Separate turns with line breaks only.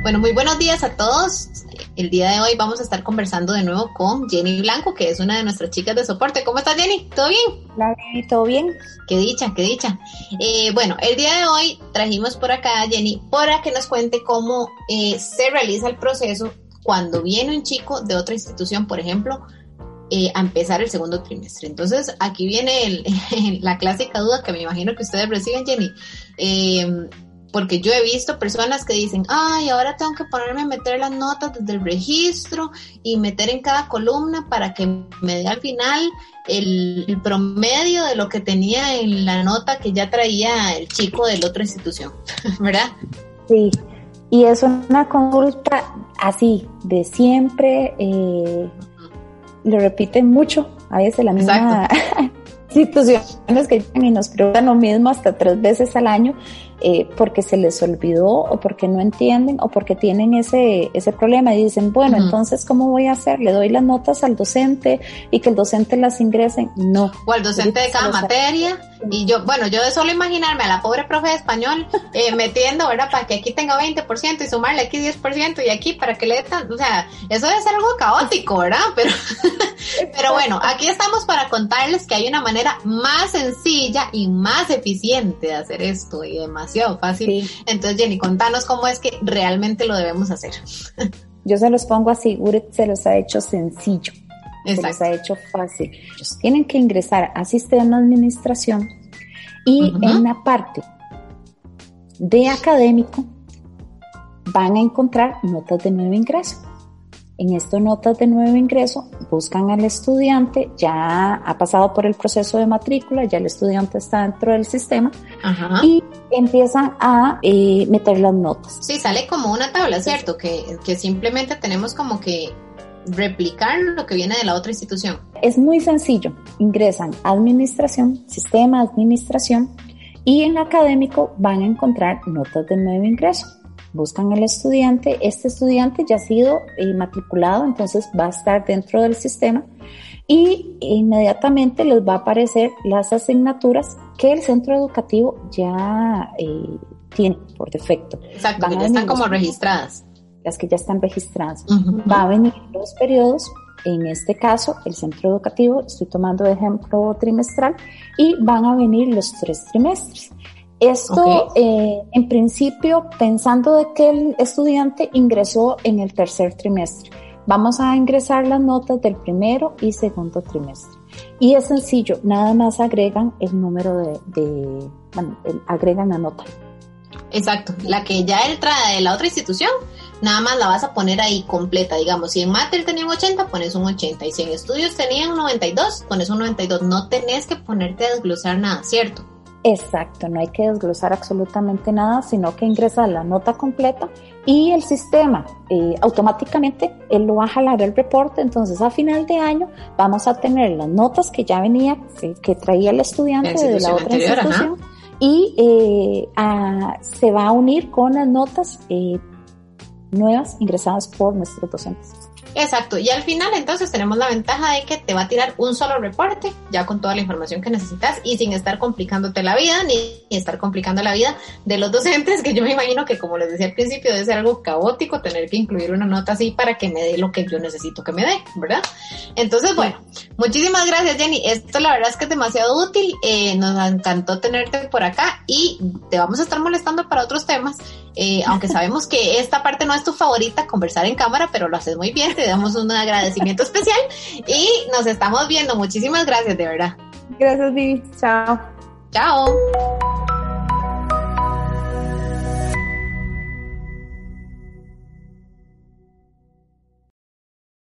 Bueno, muy buenos días a todos. El día de hoy vamos a estar conversando de nuevo con Jenny Blanco, que es una de nuestras chicas de soporte. ¿Cómo estás, Jenny? ¿Todo bien?
Hola, Jenny, ¿todo bien?
Qué dicha, qué dicha. Bueno, el día de hoy trajimos por acá a Jenny para que nos cuente cómo se realiza el proceso cuando viene un chico de otra institución, por ejemplo, a empezar el segundo trimestre. Entonces, aquí viene la clásica duda que me imagino que ustedes reciben, Jenny. Porque yo he visto personas que dicen, ay, ahora tengo que ponerme a meter las notas desde el registro y meter en cada columna para que me dé al final el promedio de lo que tenía en la nota que ya traía el chico de la otra institución, ¿verdad?
Sí, y es una consulta así, de siempre, lo repiten mucho, a veces la misma instituciones que llegan y nos preguntan lo mismo hasta 3 veces al año, porque se les olvidó o porque no entienden o porque tienen ese problema y dicen, bueno, entonces ¿cómo voy a hacer? ¿Le doy las notas al docente y que el docente las ingrese? No.
O al docente de cada materia. Y yo de solo imaginarme a la pobre profe de español metiendo, ¿verdad? Para que aquí tenga 20% y sumarle aquí 10% y aquí para que le dé o sea, eso debe ser algo caótico, ¿verdad? Pero bueno, aquí estamos para contarles que hay una manera más sencilla y más eficiente de hacer esto y demasiado fácil. Sí. Entonces, Jenny, contanos cómo es que realmente lo debemos hacer.
Yo se los pongo así, URET se los ha hecho sencillo. Exacto. Se les ha hecho fácil. Ellos tienen que ingresar a sistema de administración y en la parte de académico van a encontrar notas de nuevo ingreso. En estas notas de nuevo ingreso buscan al estudiante, ya ha pasado por el proceso de matrícula, ya el estudiante está dentro del sistema y empiezan a meter las notas.
Sí, sale como una tabla, ¿cierto? Que simplemente tenemos como que replicar lo que viene de la otra institución.
Es muy sencillo, ingresan a administración, sistema de administración y en académico van a encontrar notas de nuevo ingreso. Buscan al estudiante, este estudiante ya ha sido matriculado, entonces va a estar dentro del sistema y inmediatamente les va a aparecer las asignaturas que el centro educativo ya tiene por defecto.
Exacto, que ya están como registradas.
Las que ya están registradas. Va a venir los periodos, en este caso el centro educativo, estoy tomando de ejemplo trimestral, y van a venir los 3 trimestres. Esto, en principio, pensando de que el estudiante ingresó en el 3er trimestre. Vamos a ingresar las notas del 1er y 2º trimestre. Y es sencillo, nada más agregan el número agregan la nota.
Exacto, la que ya entra de la otra institución, nada más la vas a poner ahí completa, digamos, si en Mater tenía un 80, pones un 80, y si en estudios tenían un 92, pones un 92, no tenés que ponerte a desglosar nada, ¿cierto?
Exacto, no hay que desglosar absolutamente nada, sino que ingresar la nota completa y el sistema automáticamente él lo va a jalar el reporte, entonces a final de año vamos a tener las notas que ya venía, que traía el estudiante de la otra anterior, institución, y se va a unir con las notas nuevas ingresadas por nuestros docentes.
Exacto, y al final entonces tenemos la ventaja de que te va a tirar un solo reporte, ya con toda la información que necesitas y sin estar complicándote la vida, ni estar complicando la vida de los docentes, que yo me imagino que, como les decía al principio, debe ser algo caótico tener que incluir una nota así para que me dé lo que yo necesito que me dé, ¿verdad? Entonces, bueno, muchísimas gracias, Jenny, esto la verdad es que es demasiado útil, nos encantó tenerte por acá y te vamos a estar molestando para otros temas, aunque sabemos que esta parte no es tu favorita, conversar en cámara, pero lo haces muy bien, te damos un agradecimiento especial y nos estamos viendo. Muchísimas gracias, de verdad.
Gracias, Vivi. Chao.
Chao.